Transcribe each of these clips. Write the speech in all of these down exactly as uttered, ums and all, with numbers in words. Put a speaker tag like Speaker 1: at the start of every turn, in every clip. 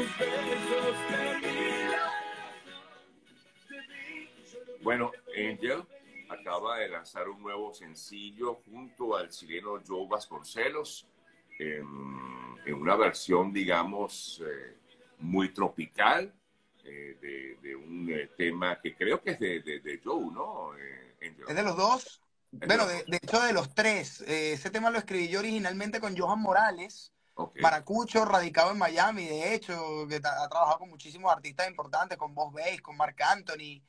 Speaker 1: Bueno, Angel acaba de lanzar un nuevo sencillo junto al chileno Joe Vasconcelos en, en una versión, digamos, eh, muy tropical eh, de, de un eh, tema que creo que es de, de, de Joe, ¿no? Eh, Angel.
Speaker 2: Es de los dos.
Speaker 1: Es de
Speaker 2: Bueno,
Speaker 1: los
Speaker 2: de,
Speaker 1: dos.
Speaker 2: de hecho, de los tres. Eh, ese tema lo escribí yo originalmente con Johan Morales,
Speaker 1: Ok.
Speaker 2: maracucho, radicado en Miami, de hecho, que ha trabajado con muchísimos artistas importantes, con Boss Bass, con Marc Anthony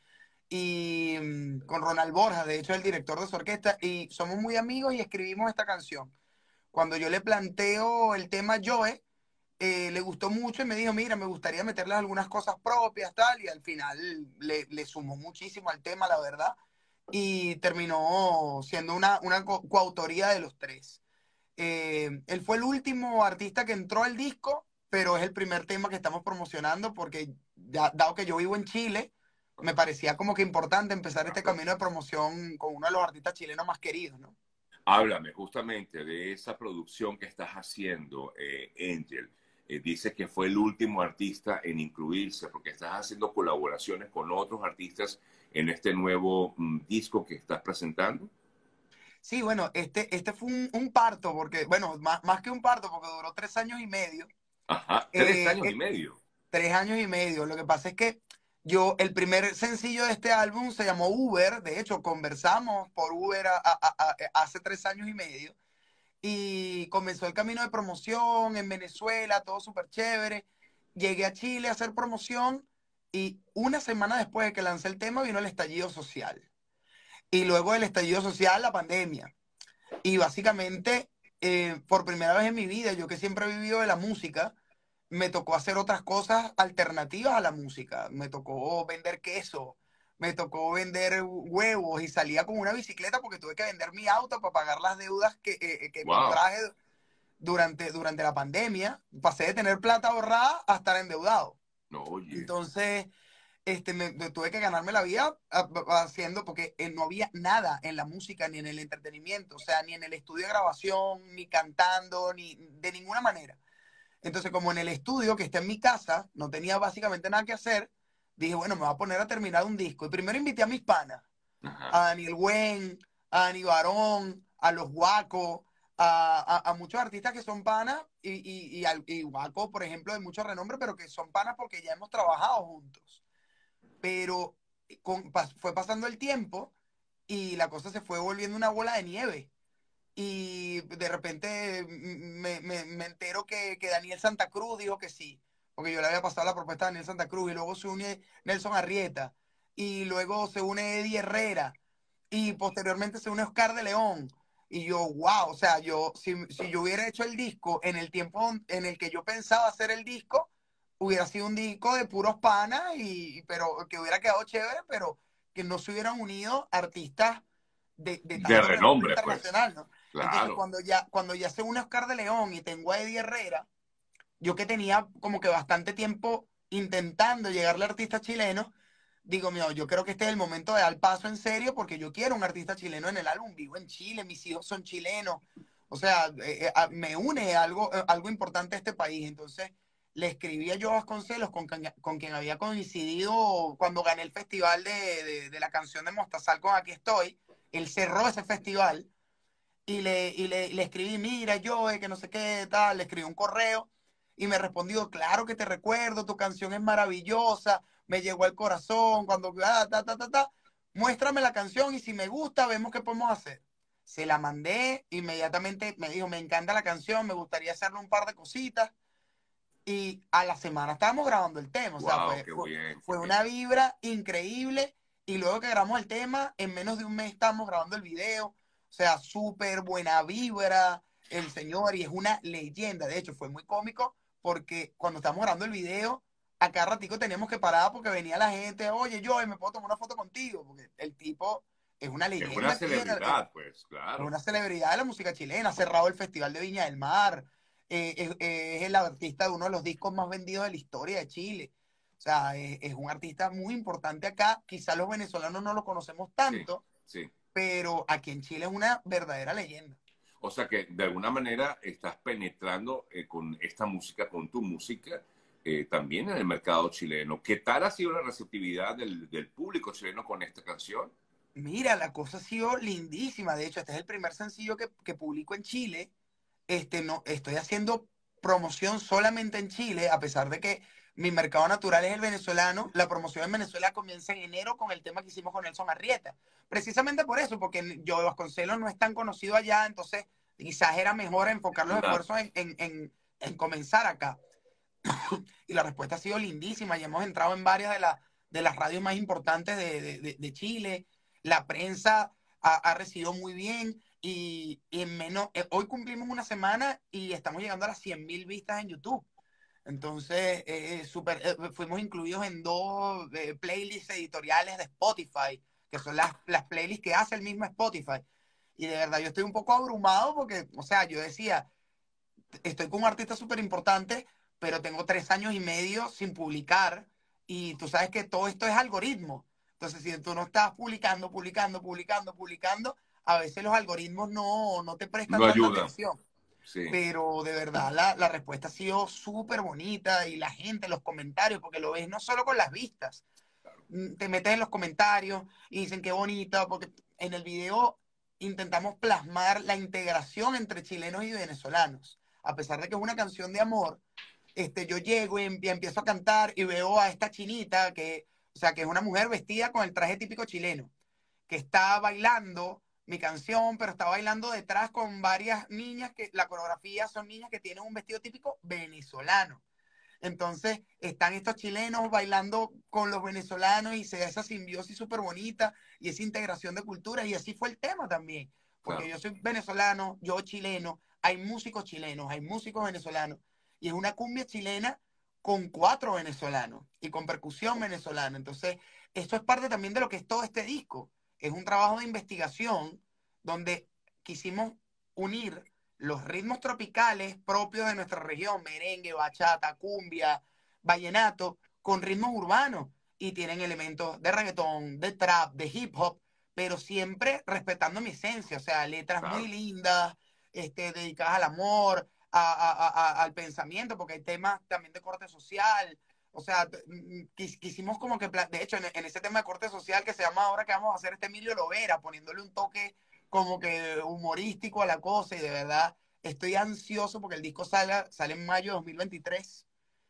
Speaker 2: y mm, con Ronald Borja, de hecho, el director de su orquesta, y somos muy amigos y escribimos esta canción. Cuando yo le planteo el tema a Joe, eh, le gustó mucho y me dijo, mira, me gustaría meterle algunas cosas propias, tal, y al final le, le sumó muchísimo al tema, la verdad, y terminó siendo una, una co coautoría de los tres. Eh, él fue el último artista que entró al disco, pero es el primer tema que estamos promocionando porque, ya, dado que yo vivo en Chile, me parecía como que importante empezar este camino de promoción con uno de los artistas chilenos más queridos, ¿no?
Speaker 1: Háblame justamente de esa producción que estás haciendo, eh, Angel. Eh, dices que fue el último artista en incluirse, porque estás haciendo colaboraciones con otros artistas en este nuevo mm, disco que estás presentando.
Speaker 2: Sí, bueno, este, este fue un, un parto, porque, bueno, más, más que un parto, porque duró tres años y medio.
Speaker 1: Ajá, tres
Speaker 2: Eh,
Speaker 1: años y
Speaker 2: eh,
Speaker 1: medio.
Speaker 2: Tres años y medio. Lo que pasa es que yo, el primer sencillo de este álbum se llamó Uber. De hecho, conversamos por Uber a, a, a, a, hace tres años y medio. Y comenzó el camino de promoción en Venezuela, todo súper chévere. Llegué a Chile a hacer promoción y una semana después de que lancé el tema vino el estallido social. Y luego del estallido social, la pandemia. Y básicamente, eh, por primera vez en mi vida, yo que siempre he vivido de la música, me tocó hacer otras cosas alternativas a la música. Me tocó vender queso, me tocó vender huevos y salía con una bicicleta porque tuve que vender mi auto para pagar las deudas que, eh, que
Speaker 1: Wow.
Speaker 2: contraje durante, durante la pandemia. Pasé de tener plata ahorrada a estar endeudado.
Speaker 1: No, oye.
Speaker 2: Entonces, este, me, me tuve que ganarme la vida a, a, haciendo, porque eh, no había nada en la música ni en el entretenimiento, o sea, ni en el estudio de grabación, ni cantando, ni de ninguna manera. Entonces, como en el estudio que está en mi casa, no tenía básicamente nada que hacer, dije, bueno, me voy a poner a terminar un disco. Y primero invité a mis panas,
Speaker 1: Ajá.
Speaker 2: a Daniel Wen, a Dani Barón, a los Guacos, a, a, a, muchos artistas que son panas, y, y, y, y Guaco, por ejemplo, de mucho renombre, pero que son panas porque ya hemos trabajado juntos. Pero con, pas, fue pasando el tiempo y la cosa se fue volviendo una bola de nieve. Y de repente me, me, me entero que, que Daniel Santa Cruz dijo que sí, porque yo le había pasado la propuesta a Daniel Santa Cruz, y luego se une Nelson Arrieta, y luego se une Eddie Herrera, y posteriormente se une Oscar de León. Y yo, wow, o sea, yo, si, si yo hubiera hecho el disco en el tiempo en el que yo pensaba hacer el disco, hubiera sido un disco de puros panas, y, pero que hubiera quedado chévere, pero que no se hubieran unido artistas de, de
Speaker 1: De
Speaker 2: tanto renombre
Speaker 1: renombre, pues.
Speaker 2: internacional, ¿no? Entonces,
Speaker 1: Claro.
Speaker 2: cuando ya, cuando ya se une Oscar de León y tengo a Eddie Herrera, yo que tenía como que bastante tiempo intentando llegarle a artistas chilenos, digo, mío, yo creo que este es el momento de dar paso en serio, porque yo quiero un artista chileno en el álbum. Vivo en Chile, mis hijos son chilenos, o sea, eh, eh, me une algo, eh, algo importante a este país. Entonces le escribí a Joe Vasconcelos, con, con quien había coincidido cuando gané el festival de, de, de la canción de Mostazal con Aquí Estoy. Él cerró ese festival, y le, y le, y le escribí, mira, Joe, que no sé qué, tal, le escribí un correo y me respondió, claro que te recuerdo, tu canción es maravillosa, me llegó al corazón, cuando, ah, ta, ta, ta, ta, muéstrame la canción y si me gusta, vemos qué podemos hacer. Se la mandé, inmediatamente me dijo, me encanta la canción, me gustaría hacerle un par de cositas, y a la semana estábamos grabando el tema. O sea,
Speaker 1: Wow,
Speaker 2: fue,
Speaker 1: qué
Speaker 2: fue,
Speaker 1: bien, qué
Speaker 2: fue
Speaker 1: bien.
Speaker 2: una vibra increíble, y luego que grabamos el tema, en menos de un mes estábamos grabando el video. O sea, súper buena vibra el señor, y es una leyenda. De hecho, fue muy cómico porque cuando estábamos grabando el video, a cada ratico teníamos que parar porque venía la gente, oye, yo me puedo tomar una foto contigo, porque el tipo es una
Speaker 1: Es una
Speaker 2: leyenda aquí, en el,
Speaker 1: celebridad, pues,
Speaker 2: es
Speaker 1: claro.
Speaker 2: una celebridad de la música chilena. Ha cerrado el Festival de Viña del Mar, eh, es, es, el artista de uno de los discos más vendidos de la historia de Chile. O sea, es, es un artista muy importante acá. Quizás los venezolanos no lo conocemos
Speaker 1: Sí,
Speaker 2: tanto,
Speaker 1: sí.
Speaker 2: pero aquí en Chile es una verdadera leyenda.
Speaker 1: O sea que de alguna manera estás penetrando eh, con esta música, con tu música, eh, también en el mercado chileno. ¿Qué tal ha sido la receptividad del, del público chileno con esta canción?
Speaker 2: Mira, la cosa ha sido lindísima. De hecho, este es el primer sencillo que, que publico en Chile. Este, no, estoy haciendo promoción solamente en Chile, a pesar de que mi mercado natural es el venezolano. La promoción en Venezuela comienza en enero con el tema que hicimos con Nelson Arrieta. Precisamente por eso, porque yo Vasconcelos no es tan conocido allá, entonces quizás era mejor enfocar los
Speaker 1: Claro.
Speaker 2: esfuerzos en, en, en, en comenzar acá. Y la respuesta ha sido lindísima. Ya hemos entrado en varias de, la, de las radios más importantes de, de, de, de Chile. La prensa ha, ha recibido muy bien. Y, y en menos, eh, hoy cumplimos una semana y estamos llegando a las cien mil vistas en YouTube. Entonces, eh, super, eh, fuimos incluidos en dos eh, playlists editoriales de Spotify, que son las, las playlists que hace el mismo Spotify. Y de verdad, yo estoy un poco abrumado porque, o sea, yo decía, estoy con un artista súper importante, pero tengo tres años y medio sin publicar y tú sabes que todo esto es algoritmo. Entonces, si tú no estás publicando, publicando, publicando, publicando, a veces los algoritmos no, no te prestan
Speaker 1: No
Speaker 2: tanta
Speaker 1: ayuda.
Speaker 2: atención.
Speaker 1: Sí.
Speaker 2: Pero de verdad la, la respuesta ha sido súper bonita y la gente, los comentarios, porque lo ves no solo con las vistas, te metes en los comentarios y dicen qué bonita, porque en el video intentamos plasmar la integración entre chilenos y venezolanos. A pesar de que es una canción de amor, este, yo llego y, y empiezo a cantar y veo a esta chinita que, o sea, que es una mujer vestida con el traje típico chileno, que está bailando mi canción, pero está bailando detrás con varias niñas que la coreografía son niñas que tienen un vestido típico venezolano. Entonces están estos chilenos bailando con los venezolanos y se da esa simbiosis súper bonita y esa integración de culturas. Y así fue el tema también, porque
Speaker 1: Claro.
Speaker 2: yo soy venezolano, yo chileno, hay músicos chilenos, hay músicos venezolanos. Y es una cumbia chilena con cuatro venezolanos y con percusión venezolana. Entonces, esto es parte también de lo que es todo este disco. Es un trabajo de investigación donde quisimos unir los ritmos tropicales propios de nuestra región, merengue, bachata, cumbia, vallenato, con ritmos urbanos y tienen elementos de reggaetón, de trap, de hip hop, pero siempre respetando mi esencia, o sea, letras muy
Speaker 1: Claro.
Speaker 2: lindas, este, dedicadas al amor, a, a, a, al pensamiento, porque hay temas también de corte social. O sea, quis, quisimos como que, de hecho, en, en, ese tema de corte social que se llama ahora que vamos a hacer este Emilio Lovera, poniéndole un toque como que humorístico a la cosa y de verdad estoy ansioso porque el disco salga, sale en mayo de dos mil veintitrés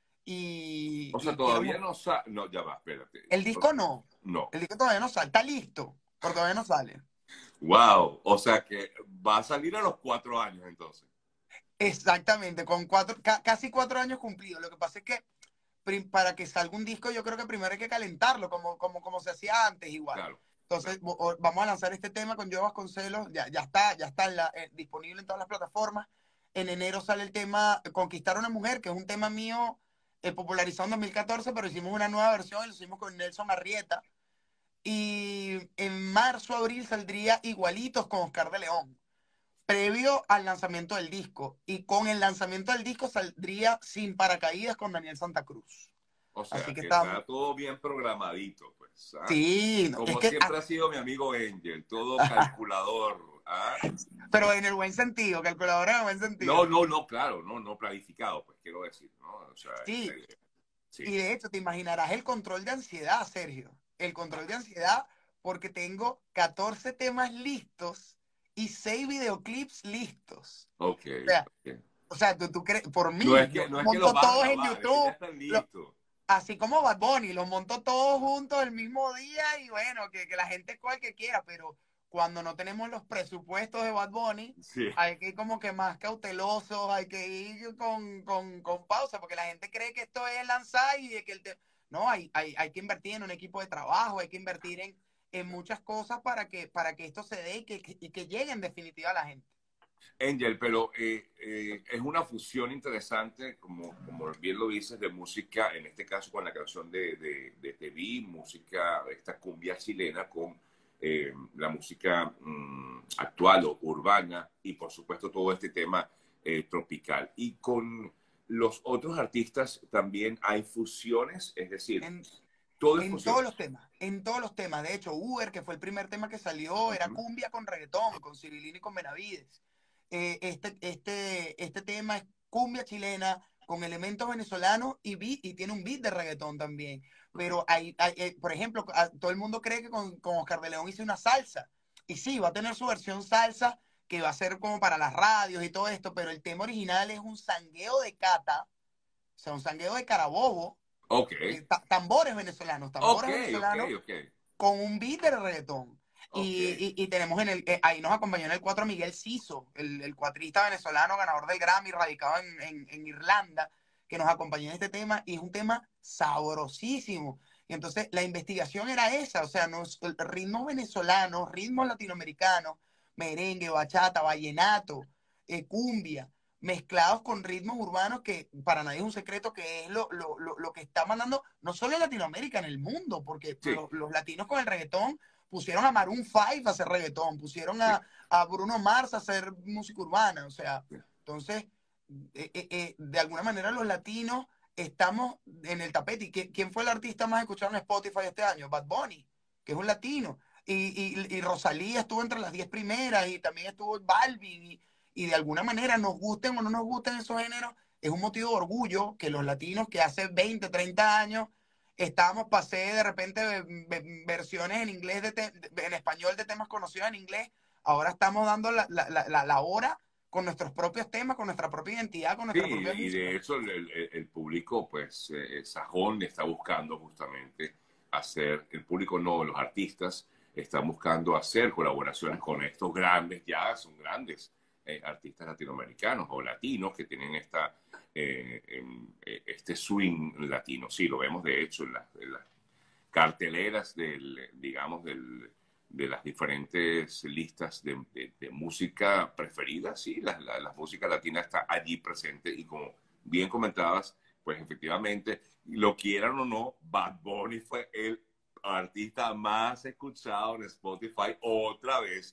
Speaker 2: y,
Speaker 1: O sea,
Speaker 2: y quiero...
Speaker 1: todavía no sa No, ya va, espérate.
Speaker 2: El disco no,
Speaker 1: No.
Speaker 2: el disco todavía no sale, está listo, pero todavía no sale.
Speaker 1: Wow. O sea que va a salir a los cuatro años entonces.
Speaker 2: Exactamente, con cuatro, ca casi cuatro años cumplidos. Lo que pasa es que para que salga un disco yo creo que primero hay que calentarlo, como, como, como se hacía antes igual.
Speaker 1: Claro.
Speaker 2: Entonces
Speaker 1: Claro.
Speaker 2: vamos a lanzar este tema con Joe Vasconcelos, ya, ya está, ya está en la, eh, disponible en todas las plataformas. En enero sale el tema Conquistar a una mujer, que es un tema mío eh, popularizado en dos mil catorce, pero hicimos una nueva versión y lo hicimos con Nelson Arrieta. Y en marzo, abril saldría Igualitos con Oscar de León, previo al lanzamiento del disco. Y con el lanzamiento del disco saldría Sin Paracaídas con Daniel Santa Cruz.
Speaker 1: O sea,
Speaker 2: Así que
Speaker 1: que
Speaker 2: estamos...
Speaker 1: está todo bien programadito, pues. ¿Ah?
Speaker 2: Sí, no, es
Speaker 1: Como
Speaker 2: que...
Speaker 1: siempre ha sido mi amigo Angel, todo calculador. ¿Ah?
Speaker 2: Pero en el buen sentido, calculadora en el buen
Speaker 1: No,
Speaker 2: sentido.
Speaker 1: no, no, claro, no, no planificado, pues quiero decir, ¿no? O sea,
Speaker 2: Sí,
Speaker 1: eh,
Speaker 2: y
Speaker 1: sí.
Speaker 2: de hecho te imaginarás el control de ansiedad, Sergio. El control de ansiedad porque tengo catorce temas listos y seis videoclips listos.
Speaker 1: Ok,
Speaker 2: O sea,
Speaker 1: ok.
Speaker 2: o sea tú, tú crees, por
Speaker 1: No
Speaker 2: mí,
Speaker 1: es
Speaker 2: yo
Speaker 1: que, no
Speaker 2: los
Speaker 1: es que los
Speaker 2: monto
Speaker 1: vas a
Speaker 2: todos en
Speaker 1: grabar, es que ya
Speaker 2: YouTube,
Speaker 1: están
Speaker 2: lo-
Speaker 1: listos.
Speaker 2: así como Bad Bunny, los monto todos juntos el mismo día y bueno, que, que la gente escoja el que quiera, pero cuando no tenemos los presupuestos de Bad Bunny,
Speaker 1: Sí.
Speaker 2: hay que ir como que más cautelosos, hay que ir con, con, con pausa, porque la gente cree que esto es lanzar y de que el te... No, hay, hay, hay que invertir en un equipo de trabajo, hay que invertir en, en muchas cosas para que, para que esto se dé y que, que, y que llegue en definitiva a la gente.
Speaker 1: Angel, pero eh, eh, es una fusión interesante, como, como bien lo dices, de música, en este caso con la canción de, de, de Te Vi, música, esta cumbia chilena con eh, la música mmm, actual o urbana y por supuesto todo este tema eh, tropical. Y con los otros artistas también hay fusiones, es decir,
Speaker 2: En,
Speaker 1: todo es
Speaker 2: en todos
Speaker 1: fusiones.
Speaker 2: los temas, en todos los temas. De hecho, Uber, que fue el primer tema que salió,
Speaker 1: Uh
Speaker 2: era
Speaker 1: -huh.
Speaker 2: cumbia con reggaetón, con Cirilini y con Benavides. Eh, este, este, este tema es cumbia chilena con elementos venezolanos y beat, y tiene un beat de reggaetón también.
Speaker 1: Ok.
Speaker 2: Pero hay, hay eh, por ejemplo, a- todo el mundo cree que con, con Oscar de León hice una salsa. Y sí, va a tener su versión salsa, que va a ser como para las radios y todo esto, pero el tema original es un sangueo de cata, o sea, un sangueo de carabobo,
Speaker 1: Ok,
Speaker 2: eh, ta- tambores venezolanos,
Speaker 1: ok,
Speaker 2: tambores
Speaker 1: ok,
Speaker 2: venezolanos
Speaker 1: ok,
Speaker 2: con un beat de reggaetón.
Speaker 1: ok.
Speaker 2: Y, y, y tenemos en el, eh, ahí nos acompañó en el cuatro Miguel Ciso, el, el cuatrista venezolano ganador del Grammy, radicado en, en, en Irlanda, que nos acompañó en este tema, y es un tema sabrosísimo. Y entonces la investigación era esa, o sea, nos, ritmos venezolanos, ritmos latinoamericanos, merengue, bachata, vallenato, eh, cumbia, mezclados con ritmos urbanos que para nadie es un secreto que es lo, lo, lo, lo que está mandando no solo en Latinoamérica, en el mundo, porque
Speaker 1: Sí,
Speaker 2: los, los latinos con el reggaetón pusieron a Maroon cinco a hacer reggaetón, pusieron
Speaker 1: sí,
Speaker 2: a, a Bruno Mars a hacer música urbana, o sea,
Speaker 1: sí.
Speaker 2: entonces, eh, eh, eh, de alguna manera los latinos estamos en el tapete. ¿Y qué- quién fue el artista más escuchado en Spotify este año? Bad Bunny, que es un latino. Y, y, y Rosalía estuvo entre las diez primeras y también estuvo Balvin. Y, y de alguna manera, nos gusten o no nos gusten esos géneros, es un motivo de orgullo que los latinos que hace veinte, treinta años estábamos, pasé de repente versiones en inglés, de te, en español de temas conocidos en inglés, ahora estamos dando la, la, la, la hora con nuestros propios temas, con nuestra propia identidad, con
Speaker 1: Sí,
Speaker 2: nuestra propia
Speaker 1: y de
Speaker 2: música.
Speaker 1: hecho el, el- el público, pues, eh, sajón está buscando justamente hacer, el público no, los artistas están buscando hacer colaboraciones con estos grandes, ya son grandes eh, artistas latinoamericanos o latinos que tienen esta, eh, em, eh, este swing latino. Sí, lo vemos de hecho en, la- en las carteleras del, digamos, del, de las diferentes listas de, de, de música preferida, sí, la, la, la, música latina está allí presente y como bien comentabas, pues efectivamente, lo quieran o no, Bad Bunny fue el artista más escuchado en Spotify otra vez.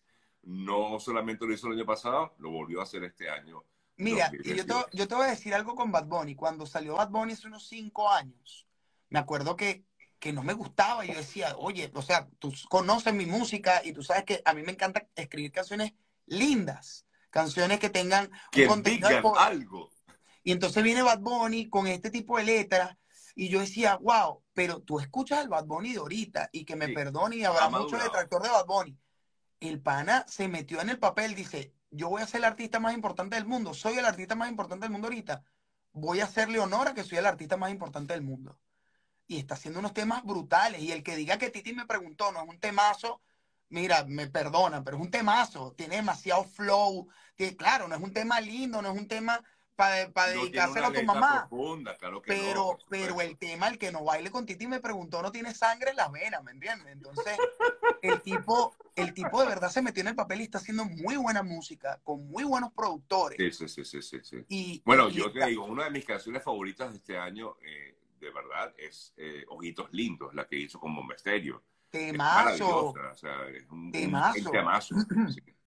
Speaker 1: No solamente lo hizo el año pasado, lo volvió a hacer este año
Speaker 2: Mira, y yo te,
Speaker 1: dos mil veintidós.
Speaker 2: yo te voy a decir algo con Bad Bunny. Cuando salió Bad Bunny hace unos cinco años, me acuerdo que, que no me gustaba. Yo decía, oye, o sea, tú conoces mi música y tú sabes que a mí me encanta escribir canciones lindas, canciones que tengan un
Speaker 1: Que
Speaker 2: contenido de
Speaker 1: digan
Speaker 2: po-
Speaker 1: algo.
Speaker 2: Y entonces viene Bad Bunny con este tipo de letras y yo decía, wow, pero tú escuchas al Bad Bunny de ahorita y que me
Speaker 1: Sí,
Speaker 2: perdone y
Speaker 1: ha
Speaker 2: habrá mucho
Speaker 1: madurado.
Speaker 2: detractor de Bad Bunny. El pana se metió en el papel, dice, yo voy a ser el artista más importante del mundo, soy el artista más importante del mundo ahorita, voy a hacerle honor a que soy el artista más importante del mundo. Y está haciendo unos temas brutales. Y el que diga que Titi me preguntó, no es un temazo, mira, me perdona, pero es un temazo, tiene demasiado flow. Tiene, claro, no es un tema lindo, no es un tema para pa
Speaker 1: No tiene
Speaker 2: dedicárselo
Speaker 1: una
Speaker 2: a tu
Speaker 1: letra
Speaker 2: mamá,
Speaker 1: profunda, claro que no, por
Speaker 2: pero, pero
Speaker 1: supuesto.
Speaker 2: el tema, el que no baile con Titi me preguntó, no tiene sangre en las venas, ¿me entiendes? Entonces, el tipo, el tipo de verdad se metió en el papel y está haciendo muy buena música, con muy buenos productores.
Speaker 1: Sí, sí, sí, sí, sí, sí.
Speaker 2: Y,
Speaker 1: Bueno,
Speaker 2: y, y
Speaker 1: yo te
Speaker 2: está
Speaker 1: digo, una de mis canciones favoritas de este año, eh, de verdad, es eh, Ojitos Lindos, la que hizo con Bomba Estéreo. Es
Speaker 2: temazo,
Speaker 1: maravillosa, o sea, es un, un, un
Speaker 2: temazo.
Speaker 1: temazo. Sí.